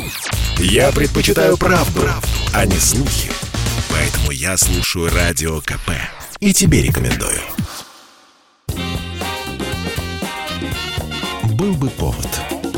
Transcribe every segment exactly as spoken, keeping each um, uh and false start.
Я предпочитаю правду, правду, а не слухи. Поэтому я слушаю Радио КП. И тебе рекомендую. Был бы повод.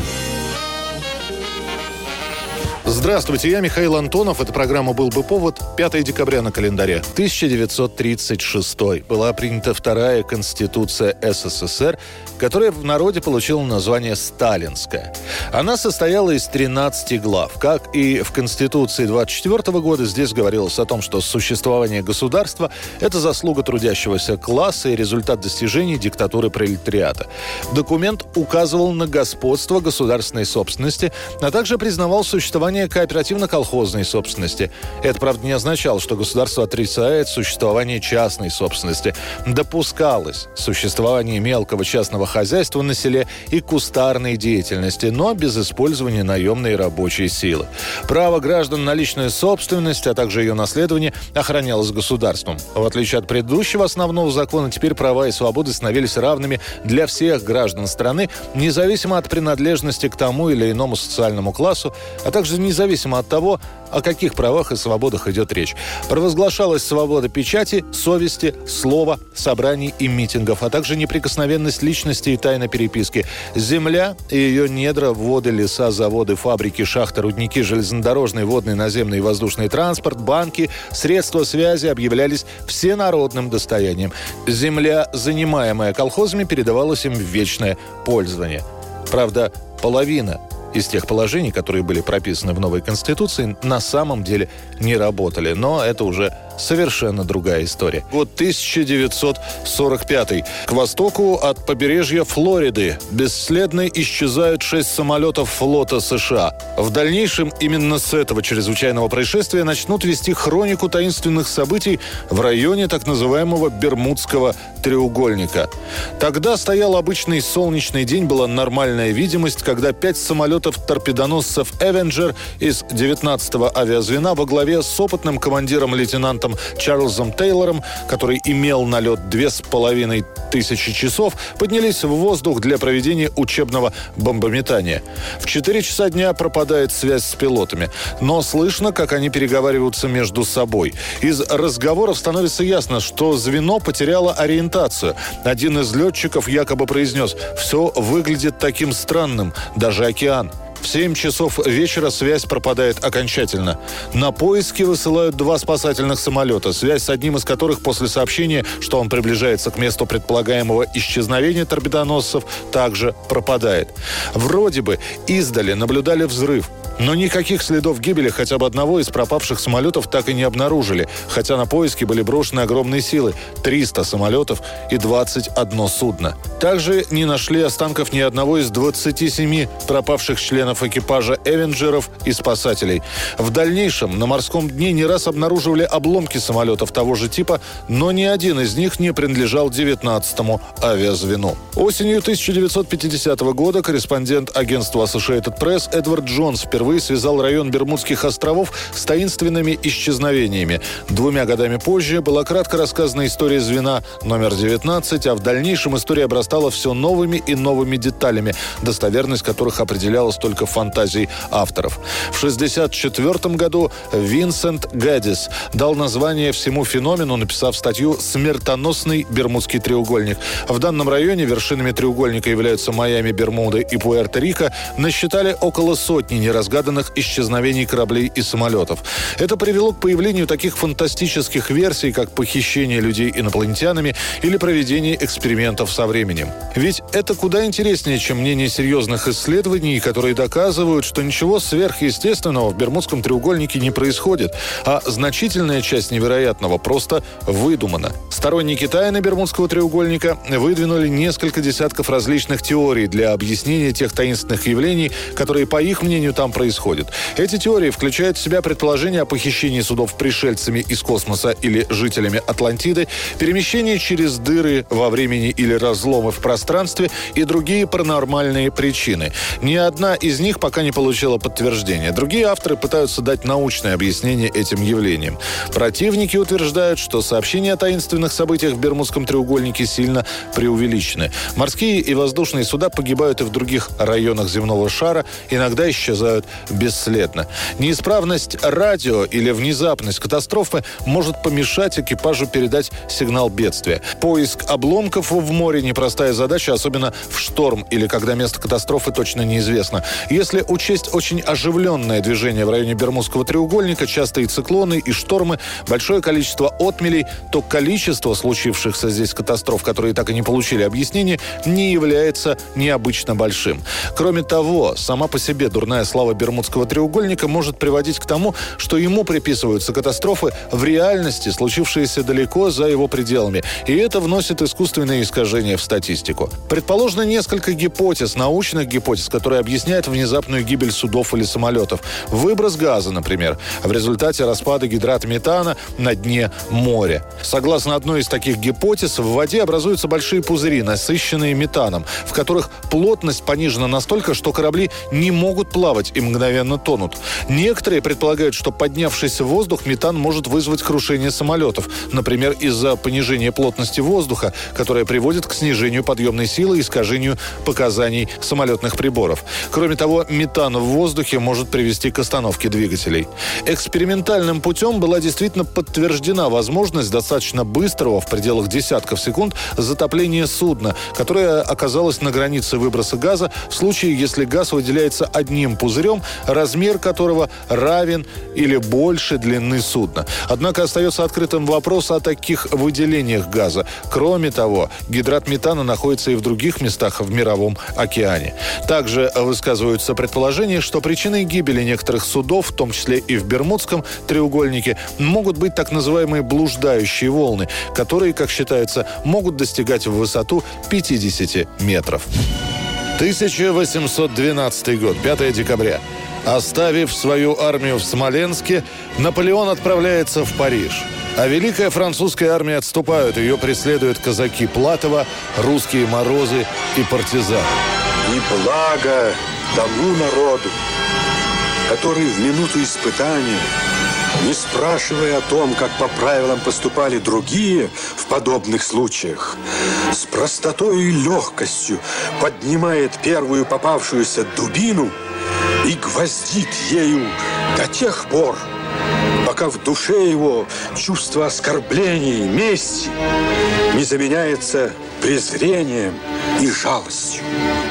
Здравствуйте, я Михаил Антонов. Эта программа «Был бы повод». пятое декабря на календаре. тысяча девятьсот тридцать шестой. Была принята вторая Конституция СССР, которая в народе получила название «Сталинская». Она состояла из тринадцати глав. Как и в Конституции двадцать четвёртого года, здесь говорилось о том, что существование государства – это заслуга трудящегося класса и результат достижений диктатуры пролетариата. Документ указывал на господство государственной собственности, а также признавал существование кооперативно-колхозной собственности. Это, правда, не означало, что государство отрицает существование частной собственности. Допускалось существование мелкого частного хозяйства на селе и кустарной деятельности, но без использования наемной рабочей силы. Право граждан на личную собственность, а также ее наследование охранялось государством. В отличие от предыдущего основного закона, теперь права и свободы становились равными для всех граждан страны, независимо от принадлежности к тому или иному социальному классу, а также независимо от того, о каких правах и свободах идет речь. Провозглашалась свобода печати, совести, слова, собраний и митингов, а также неприкосновенность личности и тайна переписки. Земля и ее недра, воды, леса, заводы, фабрики, шахты, рудники, железнодорожный, водный, наземный и воздушный транспорт, банки, средства связи объявлялись всенародным достоянием. Земля, занимаемая колхозами, передавалась им в вечное пользование. Правда, половина из тех положений, которые были прописаны в новой Конституции, на самом деле не работали. Но это уже совершенно другая история. Год тысяча девятьсот сорок пятый. К востоку от побережья Флориды бесследно исчезают шесть самолетов флота США. В дальнейшем именно с этого чрезвычайного происшествия начнут вести хронику таинственных событий в районе так называемого Бермудского треугольника. Тогда стоял обычный солнечный день, была нормальная видимость, когда пять самолетов-торпедоносцев «Эвенджер» из девятнадцатого авиазвена во главе с опытным командиром-лейтенантом Чарльзом Тейлором, который имел налет две с половиной тысячи часов, поднялись в воздух для проведения учебного бомбометания. В четыре часа дня пропадает связь с пилотами, но слышно, как они переговариваются между собой. Из разговоров становится ясно, что звено потеряло ориентацию. Один из летчиков якобы произнес: «Все выглядит таким странным, даже океан». В семь часов вечера связь пропадает окончательно. На поиски высылают два спасательных самолета, связь с одним из которых после сообщения, что он приближается к месту предполагаемого исчезновения торпедоносцев, также пропадает. Вроде бы издали наблюдали взрыв, но никаких следов гибели хотя бы одного из пропавших самолетов так и не обнаружили, хотя на поиски были брошены огромные силы – триста самолетов и двадцать одно судно. Также не нашли останков ни одного из двадцати семи пропавших членов экипажа «Эвенджеров» и спасателей. В дальнейшем на морском дне не раз обнаруживали обломки самолетов того же типа, но ни один из них не принадлежал девятнадцатому авиазвену. Осенью тысяча девятьсот пятидесятого года корреспондент агентства Associated Press Эдвард Джонс впервые связал район Бермудских островов с таинственными исчезновениями. Двумя годами позже была кратко рассказана история звена номер девятнадцать, а в дальнейшем история обрастала все новыми и новыми деталями, достоверность которых определялась только фантазией авторов. В шестьдесят четвёртом году Винсент Гэддис дал название всему феномену, написав статью «Смертоносный Бермудский треугольник». В данном районе вершинами треугольника являются Майами, Бермуды и Пуэрто-Рико. Насчитали около сотни неразгаданных исчезновений кораблей и самолетов. Это привело к появлению таких фантастических версий, как похищение людей инопланетянами или проведение экспериментов со временем. Ведь это куда интереснее, чем мнение серьезных исследований, которые доказывают, что ничего сверхъестественного в Бермудском треугольнике не происходит, а значительная часть невероятного просто выдумана. Сторонники тайны Бермудского треугольника выдвинули несколько десятков различных теорий для объяснения тех таинственных явлений, которые, по их мнению, там происходят. Эти теории включают в себя предположения о похищении судов пришельцами из космоса или жителями Атлантиды, перемещении через дыры во времени или разломы в пространстве и другие паранормальные причины. Ни одна из из них пока не получило подтверждения. Другие авторы пытаются дать научное объяснение этим явлениям. Противники утверждают, что сообщения о таинственных событиях в Бермудском треугольнике сильно преувеличены. Морские и воздушные суда погибают и в других районах земного шара, иногда исчезают бесследно. Неисправность радио или внезапность катастрофы может помешать экипажу передать сигнал бедствия. Поиск обломков в море – непростая задача, особенно в шторм или когда место катастрофы точно неизвестно. Если учесть очень оживленное движение в районе Бермудского треугольника, частые циклоны и штормы, большое количество отмелей, то количество случившихся здесь катастроф, которые так и не получили объяснения, не является необычно большим. Кроме того, сама по себе дурная слава Бермудского треугольника может приводить к тому, что ему приписываются катастрофы в реальности, случившиеся далеко за его пределами. И это вносит искусственные искажения в статистику. Предположено несколько гипотез, научных гипотез, которые объясняют внезапную гибель судов или самолетов. Выброс газа, например, в результате распада гидрата метана на дне моря. Согласно одной из таких гипотез, в воде образуются большие пузыри, насыщенные метаном, в которых плотность понижена настолько, что корабли не могут плавать и мгновенно тонут. Некоторые предполагают, что поднявшийся в воздух метан может вызвать крушение самолетов, например, из-за понижения плотности воздуха, которое приводит к снижению подъемной силы и искажению показаний самолетных приборов. Кроме того, метан в воздухе может привести к остановке двигателей. Экспериментальным путем была действительно подтверждена возможность достаточно быстрого, в пределах десятков секунд, затопления судна, которое оказалось на границе выброса газа в случае, если газ выделяется одним пузырем, размер которого равен или больше длины судна. Однако остается открытым вопрос о таких выделениях газа. Кроме того, гидрат метана находится и в других местах в Мировом океане. Также высказываются предположения, что причиной гибели некоторых судов, в том числе и в Бермудском треугольнике, могут быть так называемые блуждающие волны, которые, как считается, могут достигать в высоту пятьдесят метров. тысяча восемьсот двенадцатый год, пятое декабря. Оставив свою армию в Смоленске, Наполеон отправляется в Париж. А Великая французская армия отступает. Ее преследуют казаки Платова, русские морозы и партизаны. И благо тому народу, который в минуту испытания, не спрашивая о том, как по правилам поступали другие в подобных случаях, с простотой и легкостью поднимает первую попавшуюся дубину и гвоздит ею до тех пор, пока в душе его чувство оскорбления и мести не заменяется презрением и жалостью.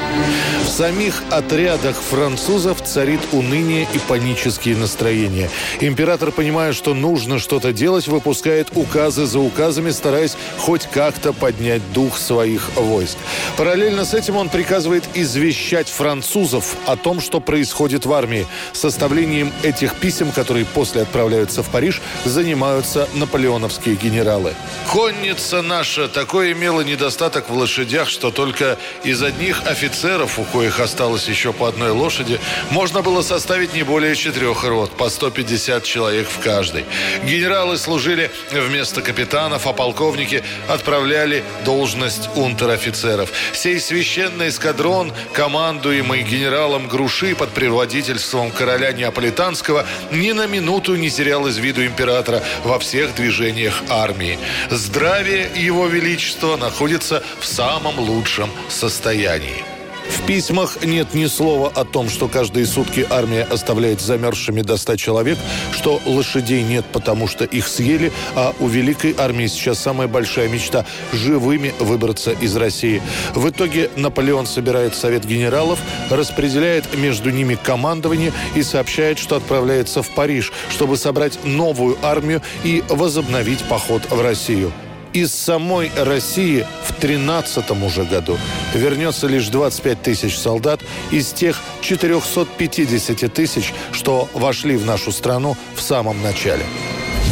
В самих отрядах французов царит уныние и панические настроения. Император, понимая, что нужно что-то делать, выпускает указы за указами, стараясь хоть как-то поднять дух своих войск. Параллельно с этим он приказывает извещать французов о том, что происходит в армии. Составлением этих писем, которые после отправляются в Париж, занимаются наполеоновские генералы. «Конница наша такой имела недостаток в лошадях, что только из одних офицеров, у коих осталось еще по одной лошади, можно было составить не более четырех рот, по сто пятьдесят человек в каждой. Генералы служили вместо капитанов, а полковники отправляли должность унтер-офицеров. Сей священный эскадрон, командуемый генералом Груши под предводительством короля Неаполитанского, ни на минуту не терял из виду императора во всех движениях армии. Здравие его величества находится в самом лучшем состоянии». В письмах нет ни слова о том, что каждые сутки армия оставляет замерзшими до ста человек, что лошадей нет, потому что их съели, а у великой армии сейчас самая большая мечта – живыми выбраться из России. В итоге Наполеон собирает совет генералов, распределяет между ними командование и сообщает, что отправляется в Париж, чтобы собрать новую армию и возобновить поход в Россию. Из самой России в тринадцатом уже году вернется лишь двадцать пять тысяч солдат из тех четырехсот пятидесяти тысяч, что вошли в нашу страну в самом начале.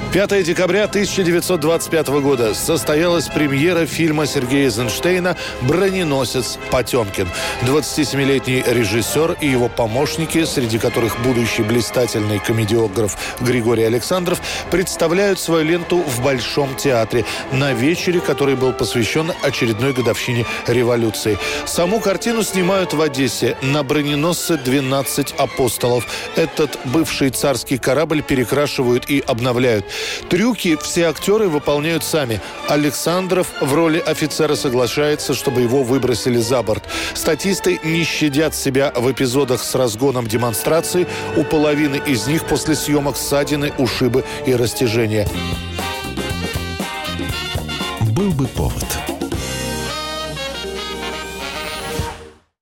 пятое декабря тысяча девятьсот двадцать пятого года состоялась премьера фильма Сергея Эйзенштейна «Броненосец Потемкин». двадцатисемилетний режиссер и его помощники, среди которых будущий блистательный комедиограф Григорий Александров, представляют свою ленту в Большом театре на вечере, который был посвящен очередной годовщине революции. Саму картину снимают в Одессе на броненосце «двенадцать апостолов». Этот бывший царский корабль перекрашивают и обновляют. Трюки все актеры выполняют сами. Александров в роли офицера соглашается, чтобы его выбросили за борт. Статисты не щадят себя в эпизодах с разгоном демонстрации. У половины из них после съемок ссадины, ушибы и растяжения. Был бы повод.